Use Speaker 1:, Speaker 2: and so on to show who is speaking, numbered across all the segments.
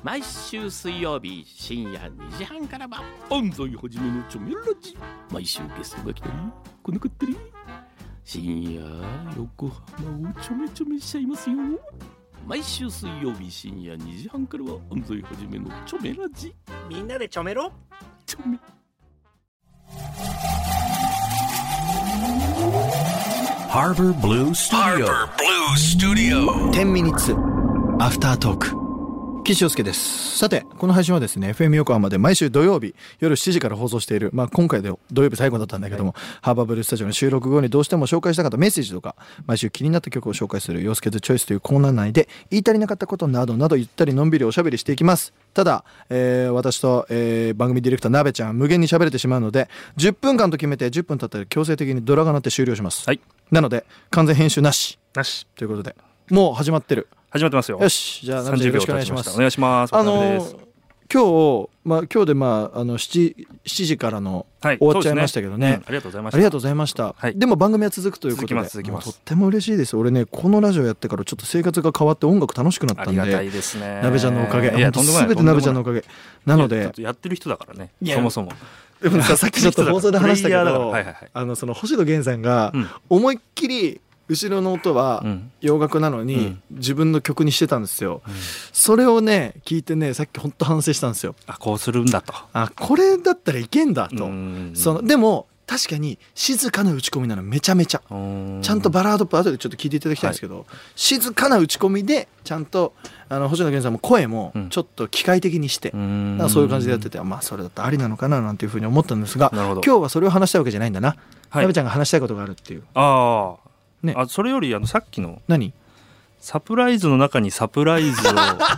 Speaker 1: 毎週水曜日深夜2時半からは安西はじめのチョメラジ。毎週ゲストが来たり来なかったり、深夜横浜をちょめちょめしちゃいますよ。毎週水曜日深夜2時半からは安西はじめのチョメラジ。
Speaker 2: みんなでちょめろ。
Speaker 1: チョメ
Speaker 3: Harbor Blue Studio
Speaker 4: 10ミニッツアフタートーク、岸洋介です。さて、この配信はですね FM 横浜で毎週土曜日夜7時から放送している、今回で土曜日最後だったんだけども、ハーバーブルースタジオの収録後にどうしても紹介したかったメッセージとか、毎週気になった曲を紹介する洋介ズチョイスというコーナー内で言い足りなかったことなどなどゆったりのんびりおしゃべりしていきます。ただ、私と、番組ディレクターなべちゃん無限に喋れてしまうので、10分間と決めて10分経ったら強制的にドラが鳴って終了します、
Speaker 1: はい、
Speaker 4: なので完全編集なしということで、もう始まってますよ。よし、じゃあなべちゃんよろしくお願いします。
Speaker 1: お願いします。
Speaker 4: 今日で7時からの、終わっちゃいましたけどね、
Speaker 1: ありがとうございました。
Speaker 4: ありがとうございました、でも番組は続くということで
Speaker 1: 続きます。
Speaker 4: とっても嬉しいです。俺ね、このラジオやってからちょっと生活が変わって音楽楽しくなったんで、
Speaker 1: ありがたいですね。
Speaker 4: なべちゃんのおかげ、
Speaker 1: 本当
Speaker 4: 全てなべちゃんのおかげなので、
Speaker 1: やってる人だからね、そもそも。
Speaker 4: でもさっきちょっと放送で話したけど、
Speaker 1: はいはいはい、
Speaker 4: その星野源さんが思いっきり後ろの音は洋楽なのに自分の曲にしてたんですよ、それをね聞いてね、さっき本当反省したんですよ。
Speaker 1: こうするんだと、
Speaker 4: これだったらいけんだと。でも確かに静かな打ち込みなのめちゃめちゃちゃんとバラードっぽい、後でちょっと聞いていただきたいんですけど、静かな打ち込みでちゃんと星野源さんも声もちょっと機械的にして、そういう感じでやってて、それだったらありなのかななんていうふうに思ったんですが、今日はそれを話したいわけじゃないんだな。なべちゃんが話したいことがあるっていう。ね、
Speaker 1: それよりさっきの
Speaker 4: 何
Speaker 1: サプライズの中にサプライズを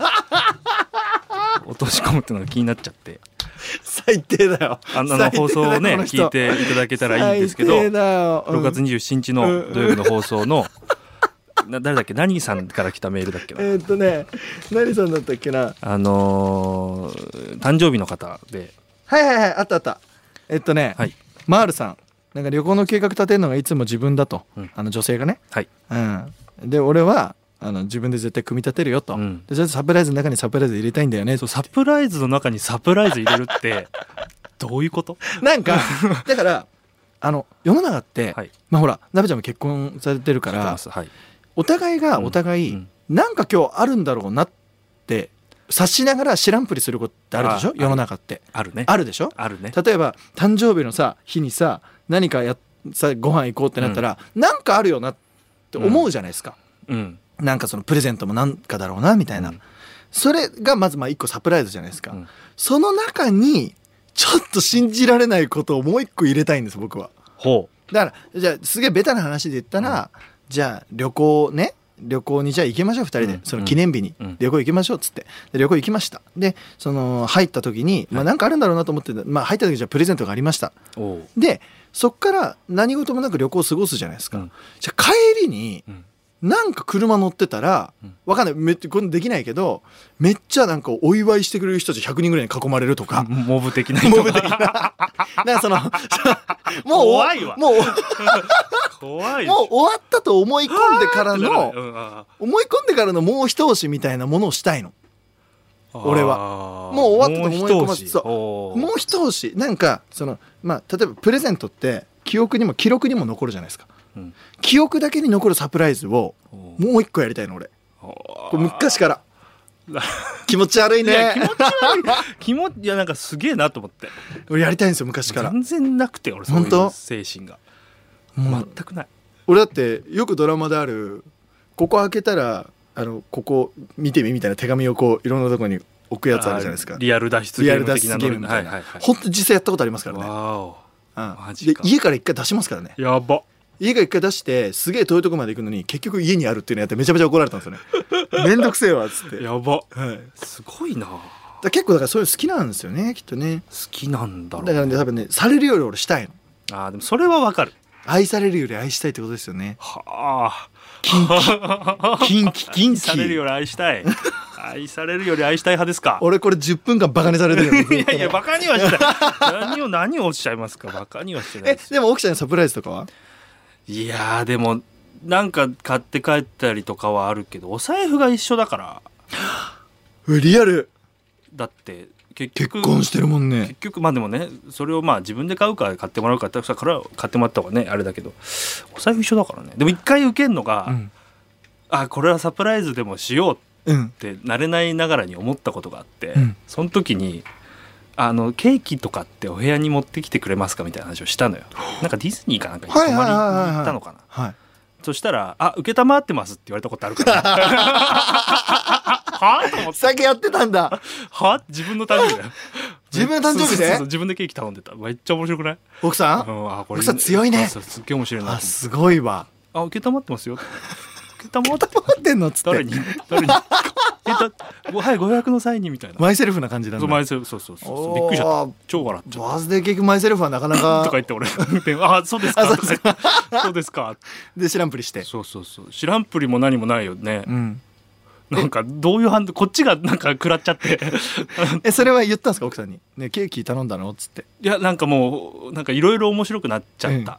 Speaker 1: 落とし込むっていうのが気になっちゃって
Speaker 4: 最低だよ。
Speaker 1: 放送をね聞いていただけたらいいんですけど、6月27日の土曜日の放送の誰だっけ、何さんから来たメールだっけな、
Speaker 4: 何さんだったっけな、
Speaker 1: 誕生日の方で、
Speaker 4: あったマールさん、なんか旅行の計画立てるのがいつも自分だと、女性がね、で俺は自分で絶対組み立てるよと、でそれでサプライズの中にサプライズ入れたいんだよね。
Speaker 1: サプライズの中にサプライズ入れるってどういうこと？
Speaker 4: なんかだから世の中って、ほらなべちゃんも結婚されてるから、お互いがお互い、なんか今日あるんだろうなって察しながら知らんぷりすることってあるでしょ。世の中ってあるでしょ。例えば誕生日の日に何かご飯行こうってなったら、なんかあるよなって思うじゃないですか、なんかそのプレゼントもなんかだろうなみたいな、それがまず一個サプライズじゃないですか、その中にちょっと信じられないことをもう一個入れたいんです僕は。だからじゃあすげえベタな話で言ったら、じゃあ旅行にじゃあ行きましょう2人で、その記念日に旅行行きましょうっつって、で旅行行きました。でその入った時に、なんかあるんだろうなと思って、入った時じゃあプレゼントがありました。でそっから何事もなく旅行を過ごすじゃないですか、じゃあ帰りに、なんか車乗ってたら、わかんない、これできないけどめっちゃなんかお祝いしてくれる人たち100人ぐらいに囲まれるとか、
Speaker 1: モブ的な人が
Speaker 4: だからもう
Speaker 1: 怖いわ
Speaker 4: もう
Speaker 1: 怖い
Speaker 4: もう終わったと思い込んでからのもう一押しみたいなものをしたいの俺は。もう終わったと思い込まず、もう一押し、なんか例えばプレゼントって記録にも残るじゃないですか、記憶だけに残るサプライズをもう一個やりたいの俺。これ昔から気持ち悪いね。
Speaker 1: いやなんかすげえなと思って、
Speaker 4: 俺やりたいんですよ昔から。
Speaker 1: 全然なくて、俺そういう精神が全くない。
Speaker 4: 俺だってよくドラマである、ここ開けたらここ見てみみたいな手紙をこういろんなところに置くやつあるじゃないですか。
Speaker 1: リアル脱出ゲーム的なの。
Speaker 4: 本当に実際やったことありますからね。で家から一回出しますからね。
Speaker 1: やば。
Speaker 4: 家が一回出してすげえ遠いとこまで行くのに結局家にあるっていうのやってめちゃめちゃ怒られたんですよね。めんどくせえわっつって。
Speaker 1: やば、すごいな。
Speaker 4: 結構だからそういうの好きなんですよねきっとね。
Speaker 1: 好きなんだろう。
Speaker 4: だからね多分ね、されるより俺したいの。
Speaker 1: でもそれはわかる。
Speaker 4: 愛されるより愛したいってことですよね。キンキ
Speaker 1: されるより愛したい愛されるより愛したい派ですか。
Speaker 4: 俺これ10分間バカにされてるよ
Speaker 1: いやいやバカにはしてない何をおっしゃいますか。バカにはしてないです。
Speaker 4: でも奥ちゃんにサプライズとかは。
Speaker 1: いやでもなんか買って帰ったりとかはあるけど、お財布が一緒だから
Speaker 4: リアル。
Speaker 2: だって結
Speaker 4: 婚してるもんね。
Speaker 2: 結局まあでもね、それをまあ自分で買うか買ってもらうかってそれから買ってもらった方がねあれだけど、お財布一緒だからね。でも一回受けるのが、あこれはサプライズでもしようって慣れないながらに思ったことがあって、その時にケーキとかってお部屋に持ってきてくれますかみたいな話をしたのよ。なんかディズニーかなんかに泊まりに行ったのかな。そしたら承ってますって言われたことあるからはと思って、
Speaker 4: 酒やってたんだ。
Speaker 2: は自分の誕生日だよ
Speaker 4: 自分の誕生日で
Speaker 2: 自分でケーキ頼んでた。めっちゃ面白くない？
Speaker 4: 奥さん、奥さん強いね。
Speaker 2: すっげえ面白いな。
Speaker 4: すごいわ。
Speaker 2: 承ってますよ。
Speaker 4: 承ってんのっつって
Speaker 2: 誰にはい500の際にみたいな
Speaker 4: マイセルフな感じなんだ。
Speaker 2: マイセルフ、そうびっくりしちゃった。超笑っちゃった。
Speaker 4: バースデーケーキマイセルフはなかなか
Speaker 2: とか言って俺そうですかそうですか
Speaker 4: で知らんぷりして、
Speaker 2: そう知らんぷりも何もないよね。なんかどういう反応、こっちがなんか食らっちゃって
Speaker 4: それは言ったんですか奥さんに、ね、ケーキ頼んだのっつって。
Speaker 2: いやなんかもうなんかいろいろ面白くなっちゃった、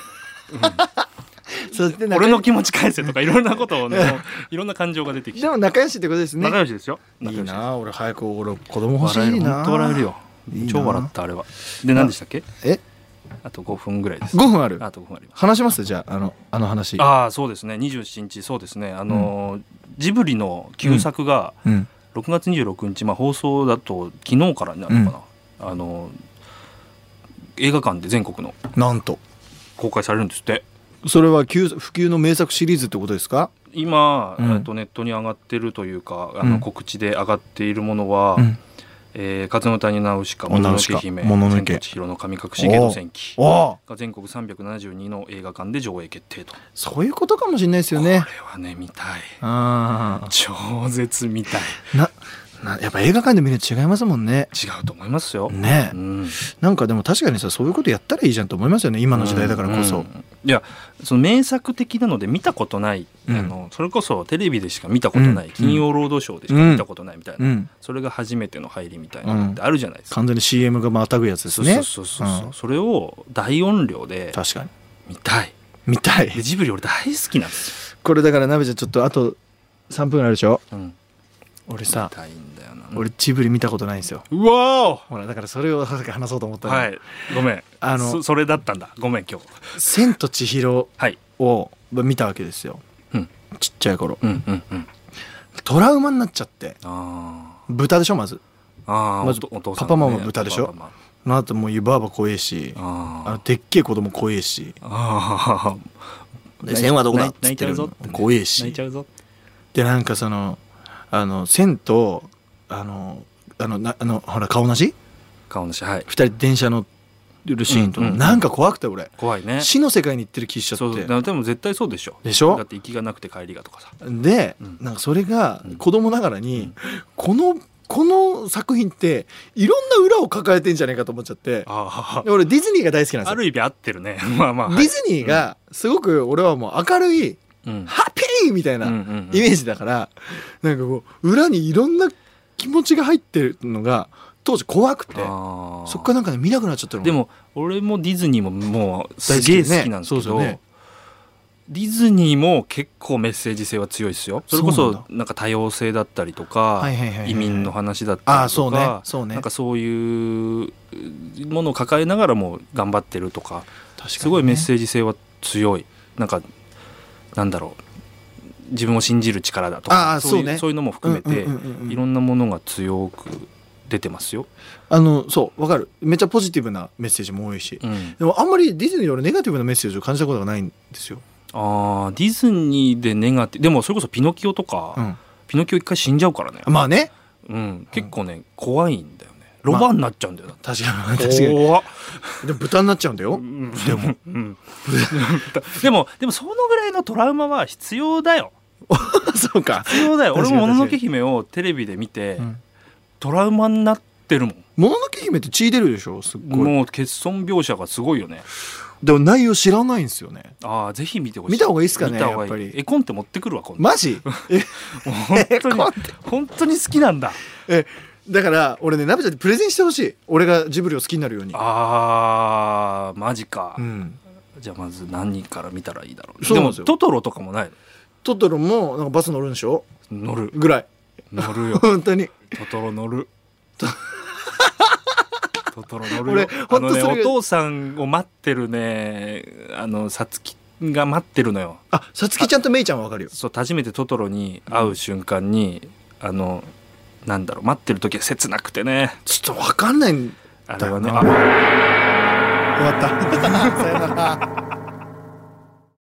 Speaker 2: そして俺の気持ち返せとかいろんなことをねいろんな感情が出てきて。
Speaker 4: でも仲良しってことですね。
Speaker 2: 仲良しですよ。
Speaker 4: いいな。俺早く子供欲しいな。
Speaker 2: 本当笑えるよ。超笑ったあれは。で何でしたっけ？あと5分ぐらいです。
Speaker 4: 5分ある。
Speaker 2: あと5分あります。
Speaker 4: 話しますじゃああの話。
Speaker 2: そうですね。27日そうですね。ジブリの旧作が6月26日、放送だと昨日からになるのかな、映画館で全国の
Speaker 4: なんと
Speaker 2: 公開されるんですって。
Speaker 4: それは不朽の名作シリーズってことですか？
Speaker 2: 今、ネットに上がってるというか告知で上がっているものは、風の谷ナウシカ、もののけ姫、千と千尋の神隠し、ゲド戦記が全国372の映画館で上映決定と。
Speaker 4: そういうことかもしれないですよね。
Speaker 2: これはね見たい。超絶見たい。
Speaker 4: やっぱ映画館で見ると違いますもんね。
Speaker 2: 違うと思いますよ
Speaker 4: ね。なんかでも確かにさ、そういうことやったらいいじゃんと思いますよね、今の時代だからこそ。
Speaker 2: いやその名作的なので見たことない、それこそテレビでしか見たことない、金曜ロードショーでしか見たことないみたいな、それが初めての入りみたいなのってあるじゃないですか。
Speaker 4: 完全に CM がまたぐやつですね。
Speaker 2: それを大音量で
Speaker 4: 確かに
Speaker 2: 見たい。でジブリ俺大好きなんですよ。
Speaker 4: これだからなべちゃんちょっとあと3分あるでしょ。俺さ、俺ジブリ見たことないんですよ。
Speaker 2: うわ
Speaker 4: ほらだからそれを話そうと思った
Speaker 2: ら、ごめんそれだったんだ。ごめん今日
Speaker 4: 千と千尋を見たわけですよ、ちっちゃい頃。トラウマになっちゃって。豚でしょまずパパママ豚でしょ。あともう湯婆婆怖えし、でっけえ子供怖えし、千はどこだっつってるの怖えし、でなんかその千とほら顔なし2人電車乗るシーンとなんか怖くて、俺
Speaker 2: 怖いね。
Speaker 4: 死の世界に行ってる気しちゃって。
Speaker 2: でも絶対そうでしょ。だって行きがなくて帰りがとかさ。
Speaker 4: でなんかそれが子供ながらにこの作品っていろんな裏を抱えてんじゃないかと思っちゃって。俺ディズニーが大好きなんですよ。
Speaker 2: ある意味合ってるね。デ
Speaker 4: ィズニーがすごく俺はもう明るいハッピーみたいなイメージだから、なんかこう裏にいろんな気持ちが入ってるのが当時怖くて、そっからなんかね見なくなっちゃったの。
Speaker 2: でも俺もディズニーももうすげえ好きなんですけど、ディズニーも結構メッセージ性は強いですよ。それこそなんか多様性だったりとか移民の話だったりとか、なんかそういうものを抱えながらも頑張ってるとか、すごいメッセージ性は強い。なんかなんだろう、自分を信じる力だとかそういうのも含めていろんなものが強く出てますよ。
Speaker 4: そう分かる。めっちゃポジティブなメッセージも多いし、でもあんまりディズニーで俺ネガティブなメッセージを感じたことがないんですよ。
Speaker 2: ディズニーでネガティブでもそれこそピノキオとか、ピノキオ一回死んじゃうからね。
Speaker 4: まあね、
Speaker 2: 結構ね怖いんだよね。ロバになっちゃうんだよ。
Speaker 4: 確かにでも豚になっちゃうんだよ。
Speaker 2: でもそのぐらいのトラウマは必要だよ。
Speaker 4: そうか、
Speaker 2: 必要だよ。俺ももののけ姫をテレビで見てトラウマになってるもん。
Speaker 4: もののけ姫って血出るでしょ。すごい
Speaker 2: もう欠損描写がすごいよね。
Speaker 4: でも内容知らないんですよね。
Speaker 2: ぜひ見てほしい。
Speaker 4: 見た方がいいですかね。やっぱり
Speaker 2: 絵コンテ持ってくるわ今度。
Speaker 4: マジ
Speaker 2: 本当に好きなんだ。
Speaker 4: だから俺ね、なべちゃんにプレゼンしてほしい。俺がジブリを好きになるように。
Speaker 2: マジか、じゃあまず何から見たらいいだろう。でもトトロとかもないの？ト
Speaker 4: トロもなんかバス乗るんでしょ。
Speaker 2: 乗る
Speaker 4: ぐらい
Speaker 2: 乗るよ
Speaker 4: 本当に
Speaker 2: トトロ乗る。 トトロ乗るよ。お父さんを待ってるね、さつきが待ってるのよ。
Speaker 4: あ、さつきちゃんとめいちゃんは分かるよ。
Speaker 2: そう、初めてトトロに会う瞬間に、なんだろう、待ってる時は切なくてね。
Speaker 4: ちょっと分かんないんだよね。あれはね。終わった。さよなら。